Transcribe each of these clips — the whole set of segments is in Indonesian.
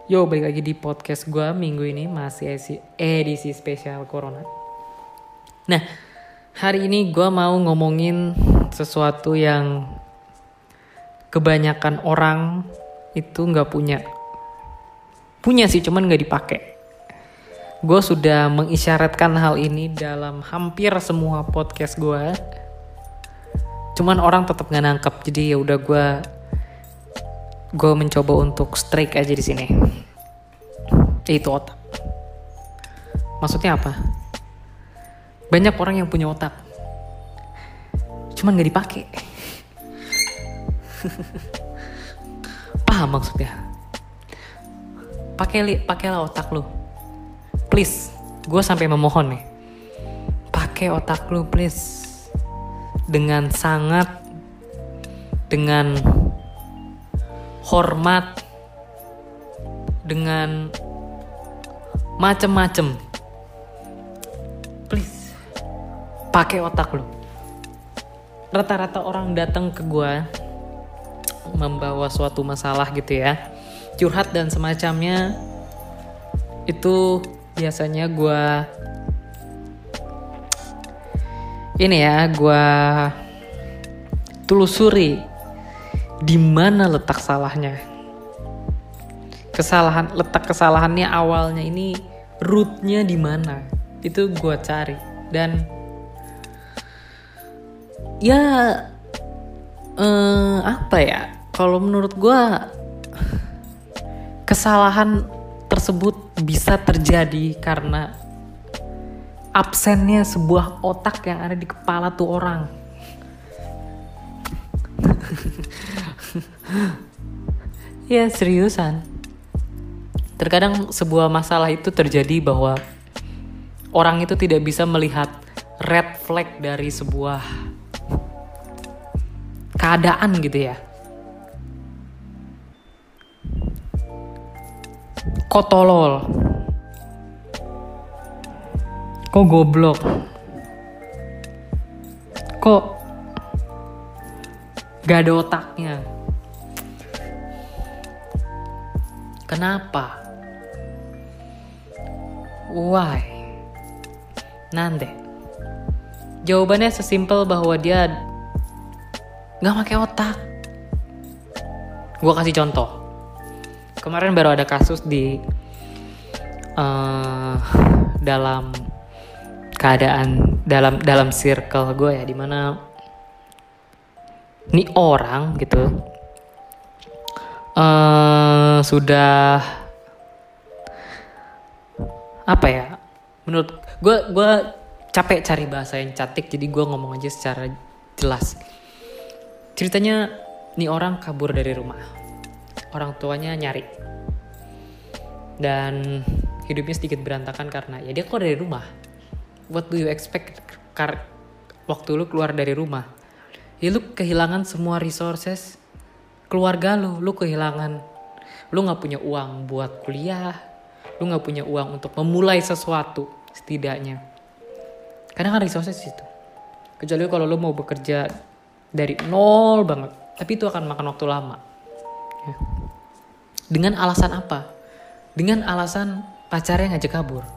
Yo, balik lagi di podcast gue minggu ini masih edisi spesial Corona. Nah, hari ini gue mau ngomongin sesuatu yang kebanyakan orang itu nggak punya. Punya sih, cuman nggak dipakai. Gue sudah mengisyaratkan hal ini dalam hampir semua podcast gue. Cuman orang tetap nggak nangkep, jadi ya udah gue mencoba untuk strike aja di sini. Itu otak. Maksudnya apa? Banyak orang yang punya otak, cuman nggak dipakai. Paham maksudnya? Pakailah otak lu, please. Gue sampai memohon nih, pakai otak lu, please. Dengan sangat, dengan hormat, dengan macem-macem, please pakai otak lu. Rata-rata orang datang ke gue membawa suatu masalah gitu ya, curhat dan semacamnya. Itu biasanya gue telusuri di mana letak salahnya. Letak kesalahannya awalnya ini, rootnya di mana? Itu gue cari. Dan ya apa ya? Kalau menurut gue, kesalahan tersebut bisa terjadi karena absennya sebuah otak yang ada di kepala tuh orang. Ya seriusan. Terkadang sebuah masalah itu terjadi bahwa orang itu tidak bisa melihat red flag dari sebuah keadaan gitu ya. Kok tolol, kok goblok, kok gak ada otaknya. Kenapa? Why? Nande. Jawabannya sesimpel bahwa dia gak pakai otak. Gue kasih contoh. Kemarin baru ada kasus di dalam keadaan dalam circle gue ya, dimana nih orang gitu sudah apa ya, menurut gue capek cari bahasa yang cantik, jadi gue ngomong aja secara jelas. Ceritanya nih orang kabur dari rumah, orang tuanya nyari, dan hidupnya sedikit berantakan karena ya dia keluar dari rumah. What do you expect waktu lu keluar dari rumah? Ya lu kehilangan semua resources keluarga lu kehilangan. Lu gak punya uang buat kuliah, lu gak punya uang untuk memulai sesuatu setidaknya. Karena kan resources itu, kecuali kalau lu mau bekerja dari nol banget, tapi itu akan makan waktu lama ya. Dengan alasan apa? Dengan alasan pacarnya ngajak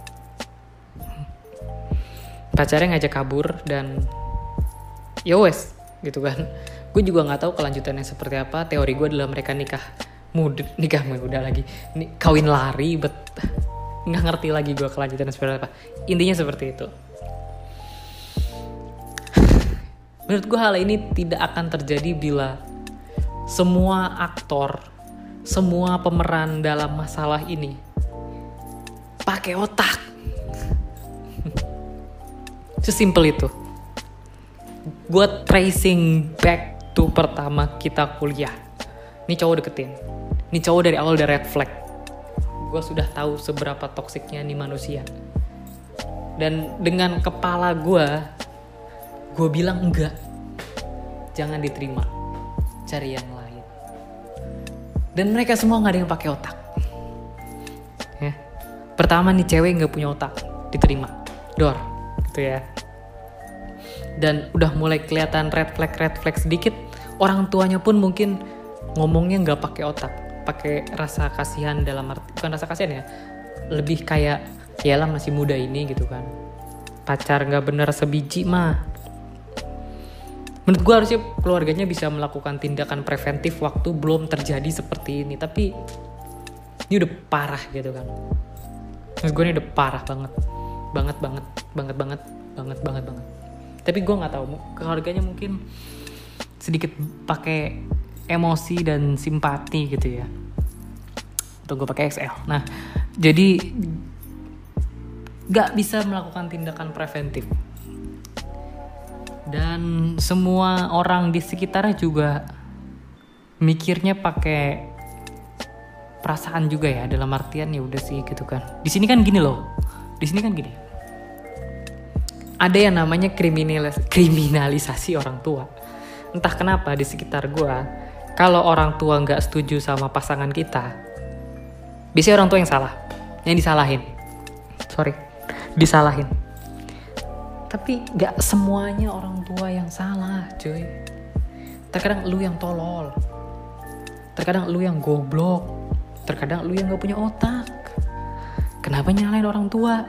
kabur dan ya wes gitu kan. Gue juga nggak tahu kelanjutannya seperti apa. Teori gue adalah mereka nikah muda lagi, kawin lari, nggak ngerti lagi gue kelanjutannya seperti apa. Intinya seperti itu. Menurut gue hal ini tidak akan terjadi bila semua aktor, semua pemeran dalam masalah ini pakai otak. Sesimpel itu. Gue tracing back to pertama kita kuliah. Ini cowok deketin. Ini cowok dari awal udah red flag. Gue sudah tahu seberapa toksiknya nih manusia. Dan dengan kepala gue bilang enggak. Jangan diterima. Cari yang lain. Dan mereka semua gak ada yang pakai otak. Ya. Pertama nih cewek gak punya otak. Diterima. Dor. Gitu ya. Dan udah mulai kelihatan red flag sedikit. Orang tuanya pun mungkin ngomongnya gak pakai otak. pakai rasa kasihan, dalam arti bukan rasa kasihan ya, lebih kayak yalah masih muda ini gitu kan, pacar nggak bener sebiji mah. Menurut gue harusnya keluarganya bisa melakukan tindakan preventif waktu belum terjadi seperti ini, tapi ini udah parah gitu kan. Menurut gue ini udah parah banget. Tapi gue nggak tahu, keluarganya mungkin sedikit pakai emosi dan simpati gitu ya. Atau gue pakai XL. Nah, jadi nggak bisa melakukan tindakan preventif. Dan semua orang di sekitarnya juga mikirnya pakai perasaan juga ya, dalam artian ya udah sih gitu kan. Di sini kan gini loh. Ada yang namanya kriminalisasi orang tua. Entah kenapa di sekitar gue, kalau orang tua nggak setuju sama pasangan kita, biasanya orang tua yang salah, yang disalahin. Tapi nggak semuanya orang tua yang salah, cuy. Terkadang lu yang tolol, terkadang lu yang goblok, terkadang lu yang nggak punya otak. Kenapa nyalain orang tua?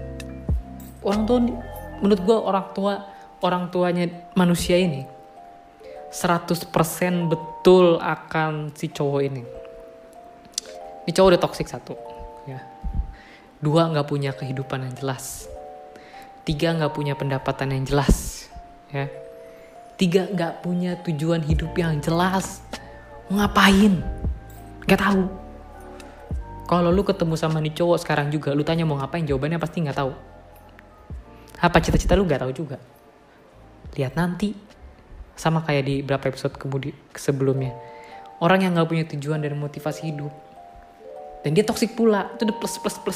Menurut gue orang tuanya manusia ini 100% betul akan si cowok ini. Ini cowok udah toksik 1 ya. 2 gak punya kehidupan yang jelas. 3 gak punya pendapatan yang jelas ya. 3 gak punya tujuan hidup yang jelas. Mau ngapain? Gak tahu. Kalau lu ketemu sama nih cowok sekarang juga, lu tanya mau ngapain, jawabannya pasti gak tahu. Apa cita-cita lu gak tahu juga. Lihat nanti. Sama kayak di beberapa episode sebelumnya. Orang yang gak punya tujuan dan motivasi hidup, dan dia toksik pula, itu the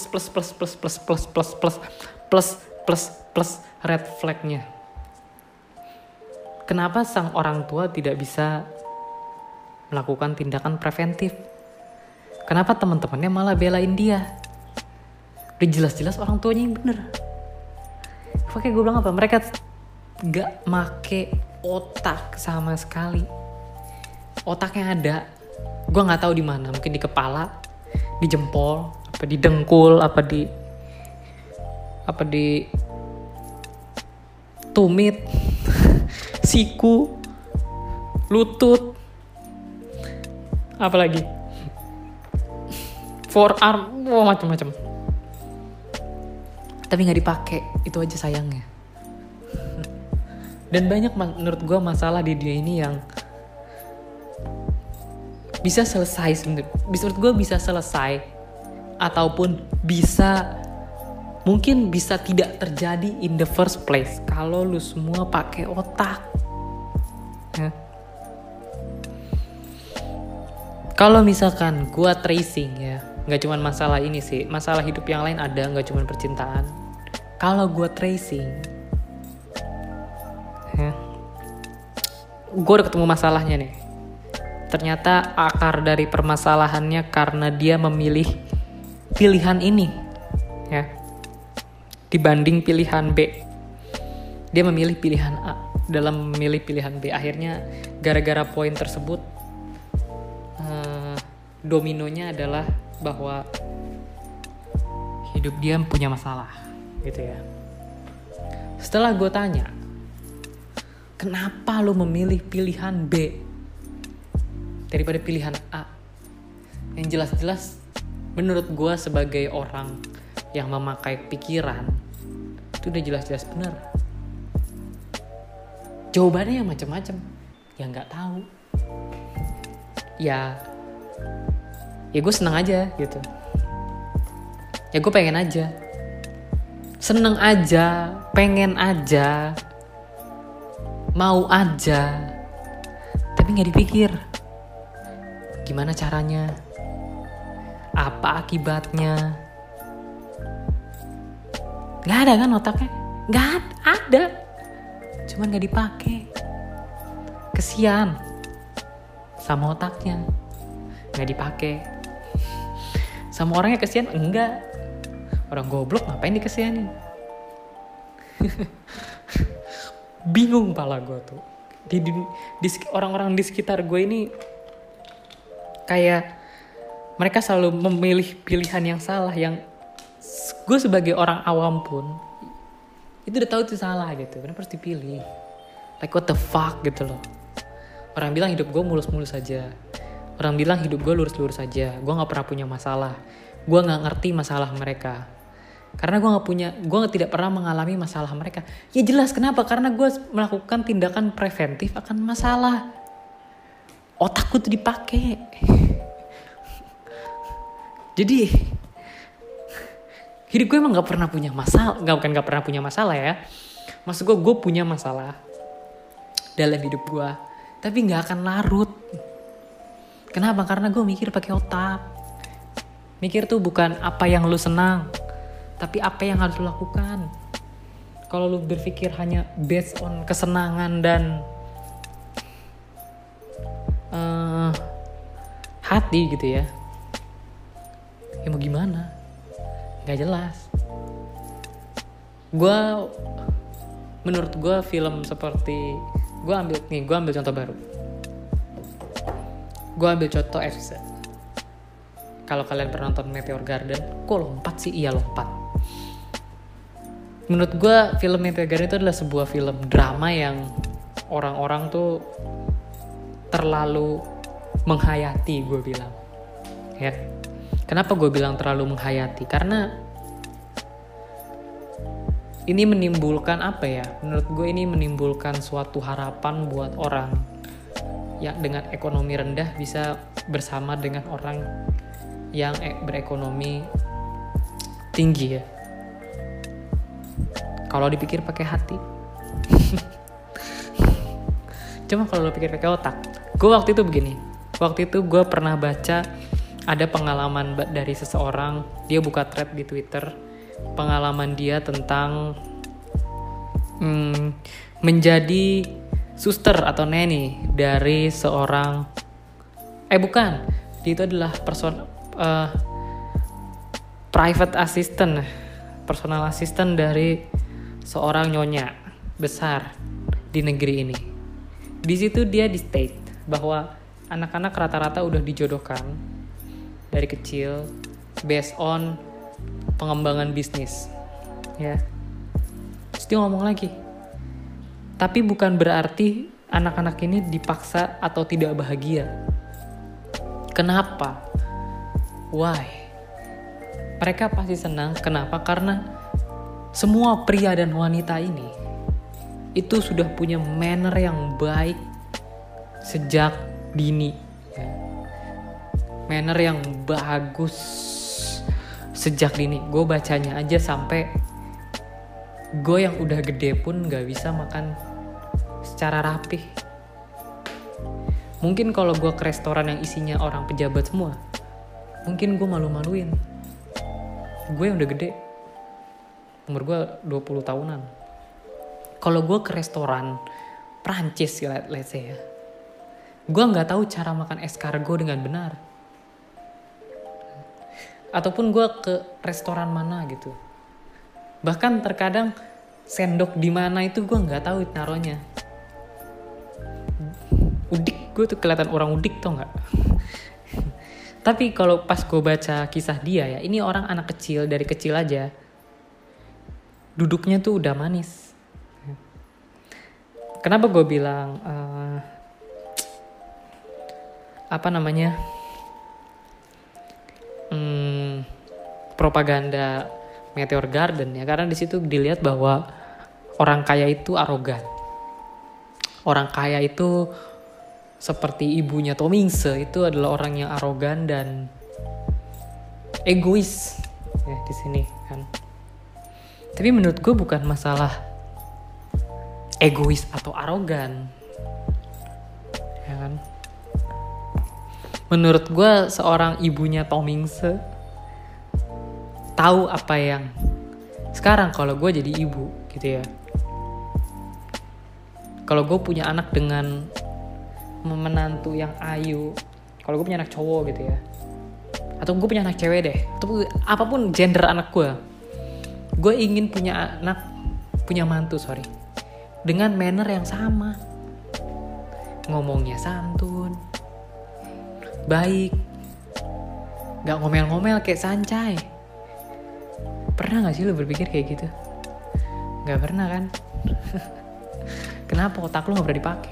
plus red flagnya. Kenapa sang orang tua tidak bisa melakukan tindakan preventif? Kenapa teman-temannya malah belain dia? Udah jelas-jelas orang tuanya yang bener. Oke, gue bilang apa? Mereka gak make otak sama sekali. Otaknya ada, gue nggak tahu di mana. Mungkin di kepala, di jempol, apa di dengkul, apa di tumit, siku, lutut, apalagi forearm, macam-macam. Tapi nggak dipakai, itu aja sayangnya. Dan banyak menurut gue masalah di dunia ini yang bisa selesai sebenarnya. Menurut gue bisa selesai, ataupun mungkin bisa tidak terjadi in the first place kalau lu semua pakai otak ya. Kalau misalkan gue tracing ya, nggak cuma masalah ini sih, masalah hidup yang lain ada, nggak cuma percintaan. Kalau gue tracing ya, gue udah ketemu masalahnya nih. Ternyata akar dari permasalahannya karena dia memilih pilihan ini ya, dibanding pilihan B. Dia memilih pilihan A dalam memilih pilihan B. Akhirnya gara-gara poin tersebut, dominonya adalah bahwa hidup dia punya masalah gitu ya. Setelah gue tanya, kenapa lo memilih pilihan B daripada pilihan A? Yang jelas-jelas menurut gue sebagai orang yang memakai pikiran, itu udah jelas-jelas benar. Jawabannya yang macam-macam, ya nggak tahu. Ya gue seneng aja gitu. Ya gue pengen aja, seneng aja, pengen aja, mau aja, tapi nggak dipikir gimana caranya, apa akibatnya. Nggak ada kan otaknya, nggak ada, cuman nggak dipakai. Kesian sama otaknya, nggak dipakai. Sama orangnya kesian enggak. Orang goblok ngapain dikesianin? Bingung pala gue tuh. Di orang-orang di sekitar gue ini kayak mereka selalu memilih pilihan yang salah, yang gue sebagai orang awam pun itu udah tahu itu salah gitu. Kenapa harus dipilih? Like what the fuck gitu loh. Orang bilang hidup gue mulus-mulus aja. Orang bilang hidup gue lurus-lurus aja. Gue gak pernah punya masalah. Gue gak ngerti masalah mereka. Karena gue tidak pernah mengalami masalah mereka. Ya jelas kenapa? Karena gue melakukan tindakan preventif akan masalah. Otakku tuh dipakai. Jadi hidup gue emang gak pernah punya masalah. Bukan gak pernah punya masalah ya. Maksud gue punya masalah dalam hidup gue. Tapi gak akan larut. Kenapa? Karena gue mikir pakai otak. Mikir tuh bukan apa yang lu senang, tapi apa yang harus lu lakukan. Kalau lu berpikir hanya based on kesenangan dan hati gitu ya mau gimana? Gak jelas. Menurut gue film seperti gue ambil contoh baru. Gue ambil contoh FC. Kalau kalian pernah nonton Meteor Garden, kok lompat sih? Iya lompat. Menurut gue film Meteor Garden itu adalah sebuah film drama yang orang-orang tuh terlalu menghayati, gue bilang. Ya. Kenapa gue bilang terlalu menghayati? Karena ini menimbulkan apa ya? Menurut gue ini menimbulkan suatu harapan buat orang yang dengan ekonomi rendah bisa bersama dengan orang yang berekonomi tinggi ya. Kalau dipikir pakai hati. Cuma kalau lo pikir pakai otak. Gue waktu itu begini. Waktu itu gue pernah baca ada pengalaman dari seseorang. Dia buka thread di Twitter. Pengalaman dia tentang menjadi suster atau nanny dari seorang bukan. Dia itu adalah private assistant, personal assistant dari seorang nyonya besar di negeri ini. Di situ dia di state bahwa anak-anak rata-rata udah dijodohkan dari kecil based on pengembangan bisnis, ya. Terus dia ngomong lagi, tapi bukan berarti anak-anak ini dipaksa atau tidak bahagia. Kenapa? Why? Mereka pasti senang. Kenapa? Karena semua pria dan wanita ini itu sudah punya manner yang baik sejak dini. Manner yang bagus sejak dini. Gue bacanya aja sampai gue yang udah gede pun gak bisa makan secara rapih. Mungkin kalau gue ke restoran yang isinya orang pejabat semua, mungkin gue malu-maluin. Gue yang udah gede, umur gue 20 tahunan. Kalau gue ke restoran Prancis, let's say ya, gue gak tahu cara makan escargot dengan benar. Ataupun gue ke restoran mana gitu. Bahkan terkadang sendok di mana itu gue gak tahu naruhnya. Udik, gue tuh kelihatan orang udik tau gak? Tapi kalau pas gue baca kisah dia ya, ini orang anak kecil, dari kecil aja duduknya tuh udah manis. Kenapa gue bilang propaganda Meteor Garden ya, karena di situ dilihat bahwa orang kaya itu arogan. Orang kaya itu seperti ibunya Tomingse, itu adalah orang yang arogan dan egois ya di sini kan. Tapi menurut gue bukan masalah egois atau arogan, ya kan? Menurut gue seorang ibunya Tomingse tahu apa yang sekarang kalau gue jadi ibu gitu ya. Kalau gue punya anak dengan menantu yang ayu, kalau gue punya anak cowok gitu ya, atau gue punya anak cewek deh, atau apapun gender anak gue ingin punya mantu dengan manner yang sama, ngomongnya santun, baik, Gak ngomel-ngomel kayak Sancai. Pernah gak sih lu berpikir kayak gitu? Gak pernah kan? Kenapa otak lu gak pernah dipakai?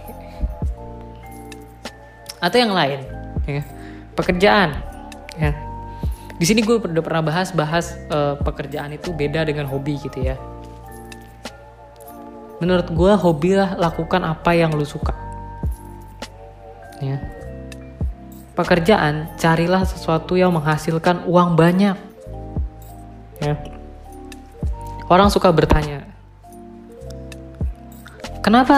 Atau yang lain, ya, pekerjaan, ya. Di sini gue udah pernah bahas pekerjaan itu beda dengan hobi gitu ya. Menurut gue hobi lah lakukan apa yang lu suka. Ya. Pekerjaan carilah sesuatu yang menghasilkan uang banyak. Ya. Orang suka bertanya, kenapa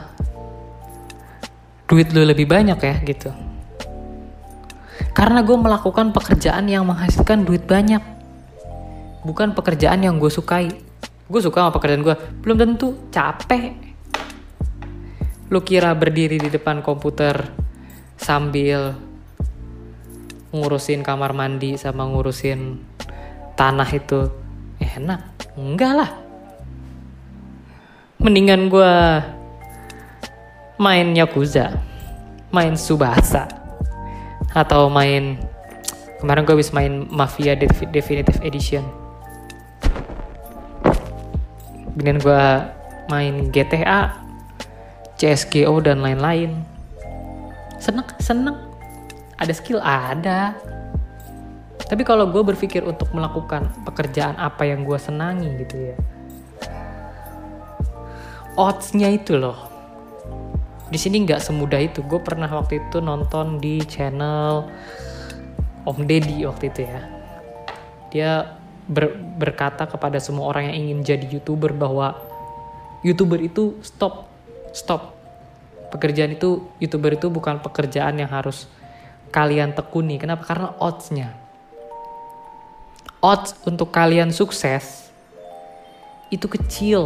duit lu lebih banyak ya gitu? Karena gue melakukan pekerjaan yang menghasilkan duit banyak, bukan pekerjaan yang gue sukai. Gue suka sama pekerjaan gue, belum tentu capek. Lu kira berdiri di depan komputer sambil ngurusin kamar mandi sama ngurusin tanah itu enak? Enggak lah. Mendingan gue main Yakuza, main Tsubasa, atau main, kemarin gue habis main Mafia Definitive Edition. Mendingan gue main GTA, CSGO dan lain-lain. Seneng. Ada skill ada. Tapi kalau gue berpikir untuk melakukan pekerjaan apa yang gue senangi gitu ya, odds-nya itu loh. Di sini nggak semudah itu. Gue pernah waktu itu nonton di channel Om Deddy waktu itu ya. Dia berkata kepada semua orang yang ingin jadi YouTuber bahwa YouTuber itu stop. Pekerjaan itu, YouTuber itu bukan pekerjaan yang harus kalian tekuni. Kenapa? Karena odds-nya. Odds untuk kalian sukses itu kecil.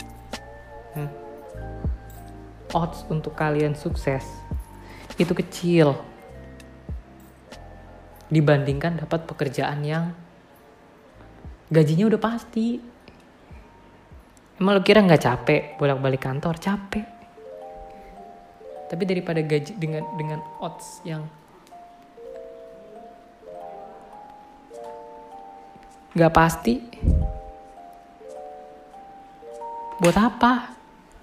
Odds untuk kalian sukses itu kecil dibandingkan dapat pekerjaan yang gajinya udah pasti. Emang lu kira nggak capek bolak-balik kantor? Capek. Tapi daripada gaji dengan odds yang nggak pasti, buat apa?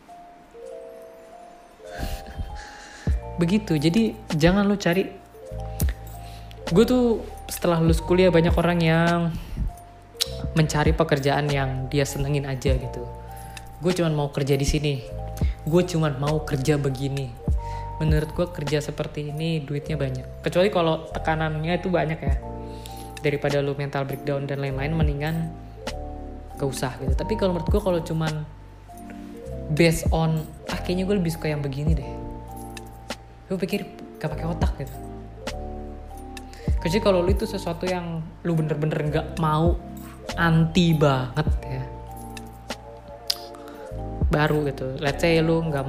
Begitu. Jadi jangan lu cari. Gue tuh setelah lulus kuliah banyak orang yang mencari pekerjaan yang dia senengin aja gitu. Gue cuman mau kerja di sini. Gue cuman mau kerja begini. Menurut gue kerja seperti ini duitnya banyak. Kecuali kalau tekanannya itu banyak ya. Daripada lu mental breakdown dan lain-lain, mendingan gak usah gitu. Tapi kalau menurut gue kalau cuman based on kayaknya gue lebih suka yang begini deh, gue pikir gak pakai otak gitu. Kecuali kalau lu itu sesuatu yang lu bener-bener gak mau, anti banget ya, baru gitu. Let's say lu gak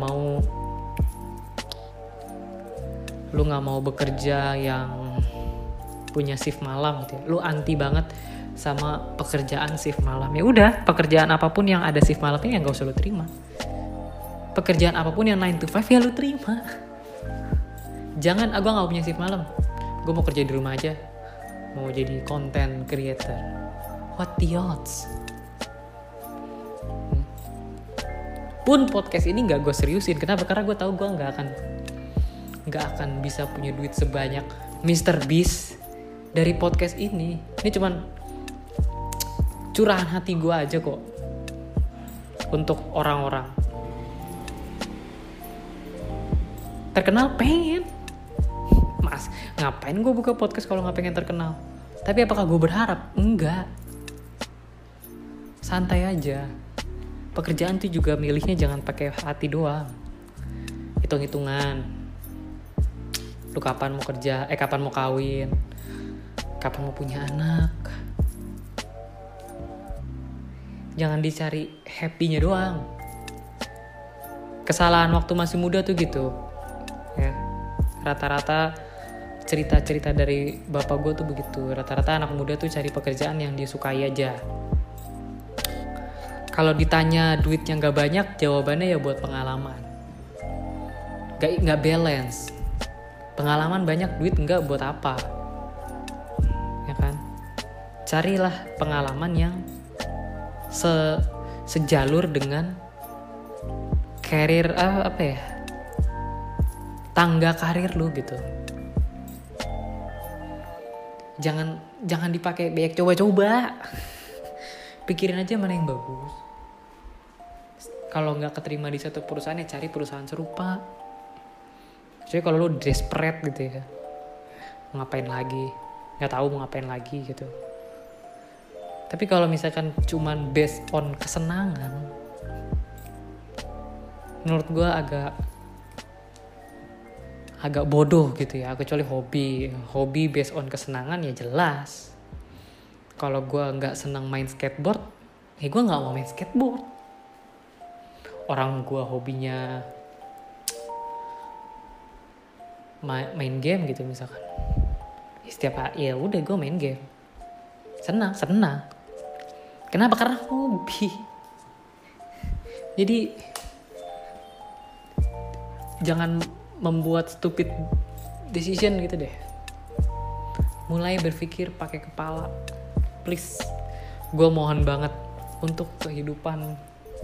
mau bekerja yang punya shift malam gitu ya. Lu anti banget sama pekerjaan shift malam. Ya udah, pekerjaan apapun yang ada shift malamnya yang gak usah lu terima. Pekerjaan apapun yang 9 to 5 ya lu terima. Jangan, gue gak punya shift malam, gue mau kerja di rumah aja, mau jadi content creator. What the odds? Pun podcast ini gak gue seriusin. Kenapa? Karena gue tahu gue gak akan bisa punya duit sebanyak Mr. Beast dari podcast ini. Ini cuman curahan hati gue aja kok untuk orang-orang. Terkenal pengen, mas, ngapain gue buka podcast kalau gak pengen terkenal? Tapi apakah gue berharap? Enggak. Santai aja. Pekerjaan tuh juga milihnya jangan pakai hati doang. Hitung-hitungan. Lu kapan mau kerja? Kapan mau kawin? Kapan mau punya anak? Jangan dicari happy-nya doang. Kesalahan waktu masih muda tuh gitu. Ya. Rata-rata cerita-cerita dari bapak gue tuh begitu. Rata-rata anak muda tuh cari pekerjaan yang dia sukai aja. Kalau ditanya duitnya gak banyak, jawabannya ya buat pengalaman. Gak balance. Pengalaman banyak, duit enggak, buat apa? carilah pengalaman yang sejalur dengan karir tangga karir lu gitu. Jangan dipakai banyak coba-coba. Pikirin aja mana yang bagus. Kalau nggak keterima di satu perusahaan ya cari perusahaan serupa. Jadi kalau lu desperate gitu ya, ngapain lagi? Nggak tahu mau ngapain lagi gitu. Tapi kalau misalkan cuman based on kesenangan, menurut gue agak bodoh gitu ya. Kecuali hobi based on kesenangan ya jelas. Kalau gue nggak senang main skateboard, ya gue nggak mau main skateboard. Orang gue hobinya main game gitu misalkan. Ya udah gue main game. Senang. Kenapa? Karena hobi. Jadi jangan membuat stupid decision gitu deh. Mulai berpikir pakai kepala. Please. Gue mohon banget untuk kehidupan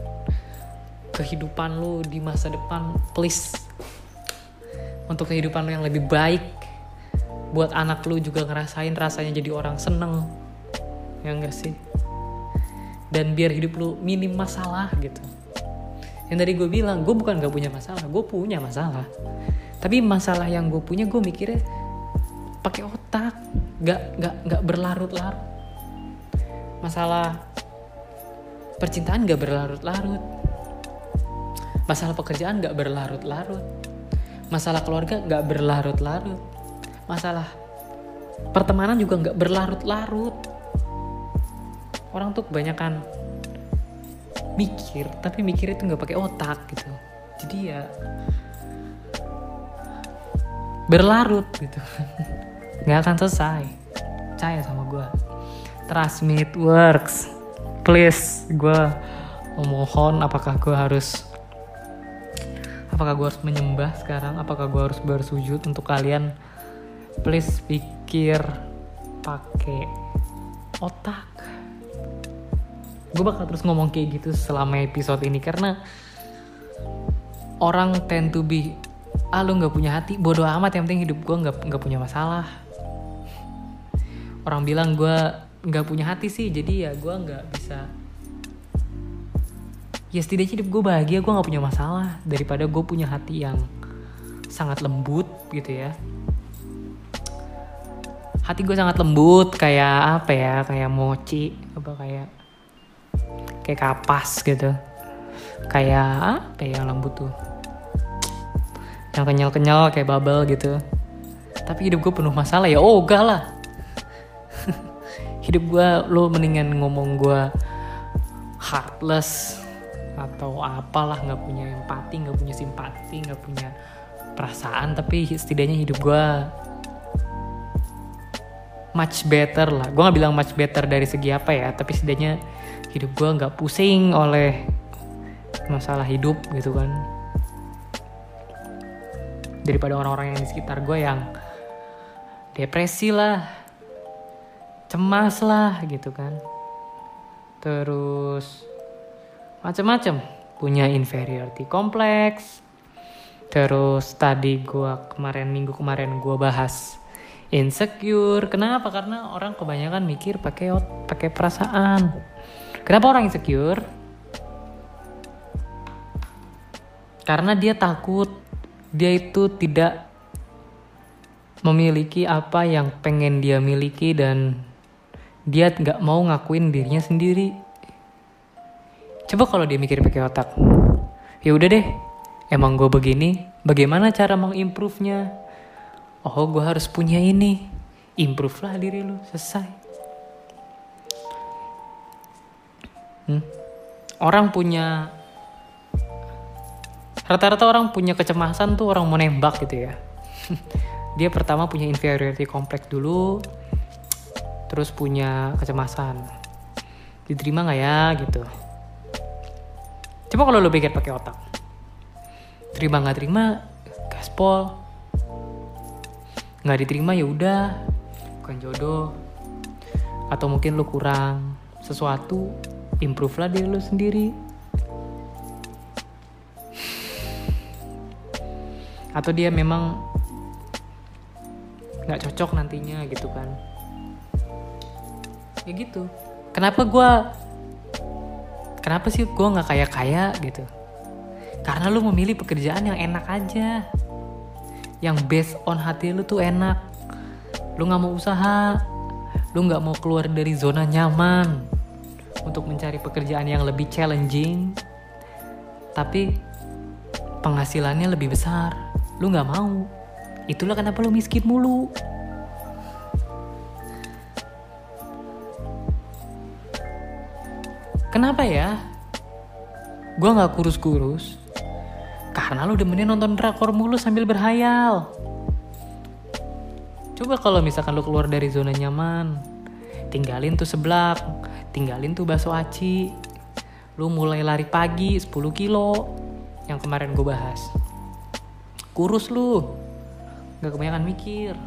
lu di masa depan, please. Untuk kehidupan lu yang lebih baik. Buat anak lu juga ngerasain rasanya jadi orang seneng. Ya enggak sih? Dan biar hidup lu minim masalah gitu. Yang tadi gue bilang, gue bukan gak punya masalah, gue punya masalah. Tapi masalah yang gue punya, gue mikirnya pakai otak, gak berlarut-larut. Masalah percintaan gak berlarut-larut. Masalah pekerjaan gak berlarut-larut. Masalah keluarga gak berlarut-larut. Masalah pertemanan juga gak berlarut-larut. Orang tuh kebanyakan mikir, tapi mikir itu nggak pakai otak gitu. Jadi ya berlarut gitu. Nggak akan selesai. Percaya sama gue. Trust me, it works. Please, gue memohon. Apakah gue harus menyembah sekarang? Apakah gue harus bersujud untuk kalian? Please pikir pakai otak. Gue bakal terus ngomong kayak gitu selama episode ini karena orang tend to be lu nggak punya hati, bodoh amat, yang penting hidup gue nggak punya masalah. Orang bilang gue nggak punya hati sih, jadi ya gue nggak bisa. Ya setidaknya hidup gue bahagia, gue nggak punya masalah daripada gue punya hati yang sangat lembut gitu ya. Hati gue sangat lembut kayak apa ya, kayak mochi kayak kapas gitu, kayak apa ya yang lembut tuh, yang kenyal kayak bubble gitu. Tapi hidup gue penuh masalah ya, enggak lah. Hidup gue, lo mendingan ngomong gue heartless atau apalah, nggak punya empati, nggak punya simpati, nggak punya perasaan. Tapi setidaknya hidup gue much better lah. Gue nggak bilang much better dari segi apa ya, tapi setidaknya hidup gue nggak pusing oleh masalah hidup gitu kan, daripada orang-orang yang di sekitar gue yang depresi lah, cemas lah gitu kan, terus macam-macam, punya inferiority complex. Terus tadi minggu kemarin gue bahas insecure. Kenapa? Karena orang kebanyakan mikir pakai perasaan. Kenapa orang insecure? Karena dia takut dia itu tidak memiliki apa yang pengen dia miliki dan dia nggak mau ngakuin dirinya sendiri. Coba kalau dia mikir pakai otak, ya udah deh, emang gue begini, bagaimana cara mengimprove-nya? Oh, gue harus punya ini, improve lah diri lu, selesai. Rata-rata orang punya kecemasan tuh orang mau nembak gitu ya. Dia pertama punya inferiority complex dulu, terus punya kecemasan, diterima nggak ya gitu. Coba kalau lo pikir pakai otak, terima nggak terima, gaspol. Nggak diterima ya udah, bukan jodoh. Atau mungkin lu kurang sesuatu, improve lah diri lu sendiri. Atau dia memang gak cocok nantinya gitu kan. Ya gitu. Kenapa sih gue gak kaya-kaya gitu? Karena lu memilih pekerjaan yang enak aja, yang based on hati lu tuh enak. Lu gak mau usaha, lu gak mau keluar dari zona nyaman untuk mencari pekerjaan yang lebih challenging tapi penghasilannya lebih besar. Lu gak mau. Itulah kenapa lu miskin mulu. Kenapa ya gue gak kurus-kurus? Karena lu demennya nonton drakor mulu sambil berhayal. Coba kalau misalkan lu keluar dari zona nyaman, tinggalin tuh seblak, tinggalin tuh bakso aci, lu mulai lari pagi 10 kilo yang kemarin gue bahas. Kurus lu, gak kebanyakan mikir.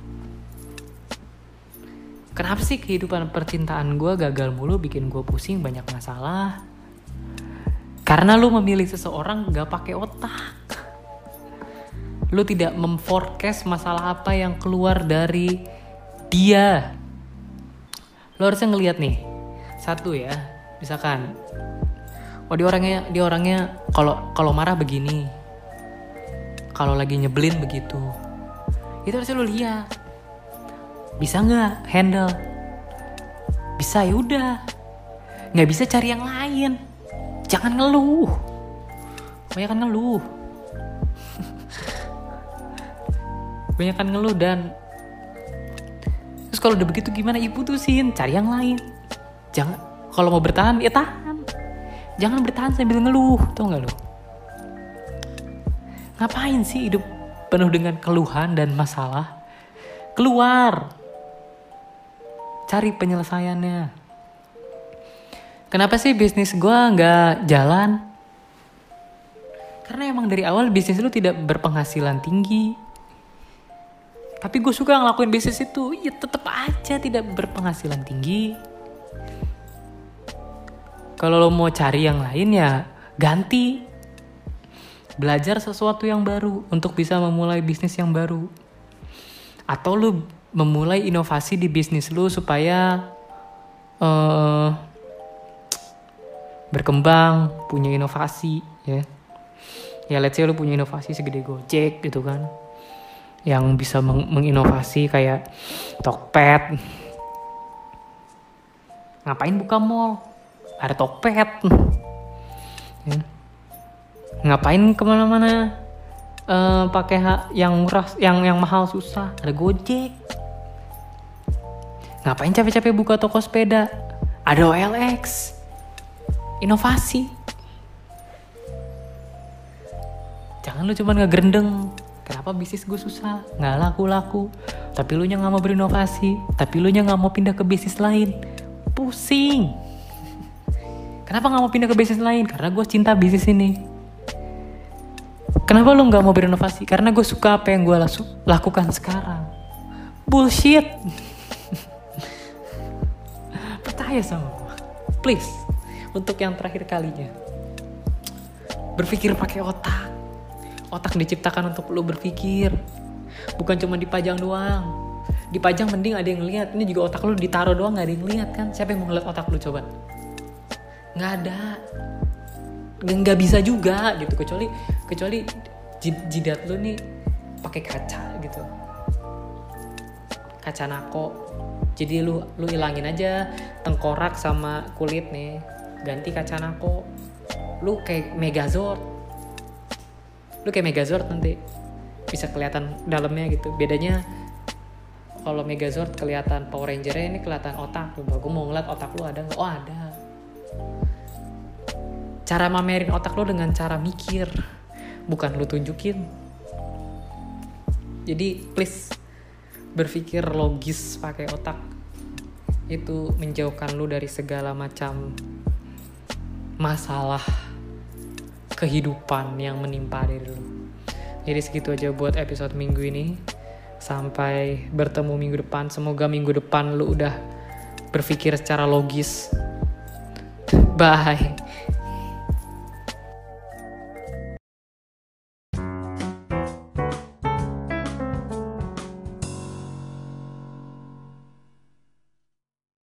Kenapa sih kehidupan percintaan gue gagal mulu, bikin gue pusing, banyak masalah? Karena lu memilih seseorang gak pakai otak. Lu tidak memforecast masalah apa yang keluar dari dia. Lu harusnya ngelihat nih, satu ya, misalkan, oh dia orangnya kalau marah begini, kalau lagi nyebelin begitu. Itu harusnya lu lihat. Bisa nggak handle? Bisa, ya udah. Nggak bisa, cari yang lain. Jangan ngeluh. Banyakan ngeluh. Banyakan ngeluh dan terus kalau udah begitu gimana? Putusin, cari yang lain. Jangan, kalau mau bertahan ya tahan. Jangan bertahan sambil ngeluh, tau nggak lu? Ngapain sih hidup penuh dengan keluhan dan masalah? Keluar, cari penyelesaiannya. Kenapa sih bisnis gue nggak jalan? Karena emang dari awal bisnis lu tidak berpenghasilan tinggi. Tapi gue suka ngelakuin bisnis itu, ya tetap aja tidak berpenghasilan tinggi. Kalau lo mau cari yang lain ya ganti. Belajar sesuatu yang baru untuk bisa memulai bisnis yang baru. Atau lu memulai inovasi di bisnis lu supaya berkembang, punya inovasi ya. Ya let's say lu punya inovasi segede Gojek gitu kan, yang bisa menginovasi kayak Tokped. Ngapain buka mall? Ada Tokped ya. Ngapain kemana-mana pakai yang murah, yang mahal susah? Ada Gojek. Ngapain capek-capek buka toko sepeda? Ada OLX. Inovasi. Jangan lu cuma ngegerendeng. Kenapa bisnis gue susah, nggak laku-laku? Tapi lu nya nggak mau berinovasi. Tapi lu nya nggak mau pindah ke bisnis lain. Pusing. Kenapa nggak mau pindah ke bisnis lain? Karena gue cinta bisnis ini. Kenapa lu nggak mau berinovasi? Karena gue suka apa yang gue lakukan sekarang. Bullshit. Percaya sama gue, please. Untuk yang terakhir kalinya, berpikir pakai otak. Otak diciptakan untuk lu berpikir, bukan cuma dipajang doang. Dipajang mending ada yang lihat. Ini juga otak lu ditaruh doang, nggak ada yang lihat kan? Siapa yang mau ngeliat otak lu coba? Nggak ada. Nggak bisa juga gitu, kecuali jidat lu nih pakai kaca gitu, kaca nako. Jadi lu ilangin aja tengkorak sama kulit nih, ganti kaca nako. Lu kayak Megazord. Nanti bisa kelihatan dalamnya gitu. Bedanya kalau Megazord kelihatan Power Ranger-nya, ini kelihatan otak. Gue mau ngeliat otak lu ada nggak? Oh ada. Cara mamerin otak lu dengan cara mikir, bukan lu tunjukin. Jadi please, berpikir logis pakai otak. Itu menjauhkan lu dari segala macam masalah kehidupan yang menimpa diri lu. Jadi segitu aja buat episode minggu ini. Sampai bertemu minggu depan. Semoga minggu depan lu udah berpikir secara logis. Bye.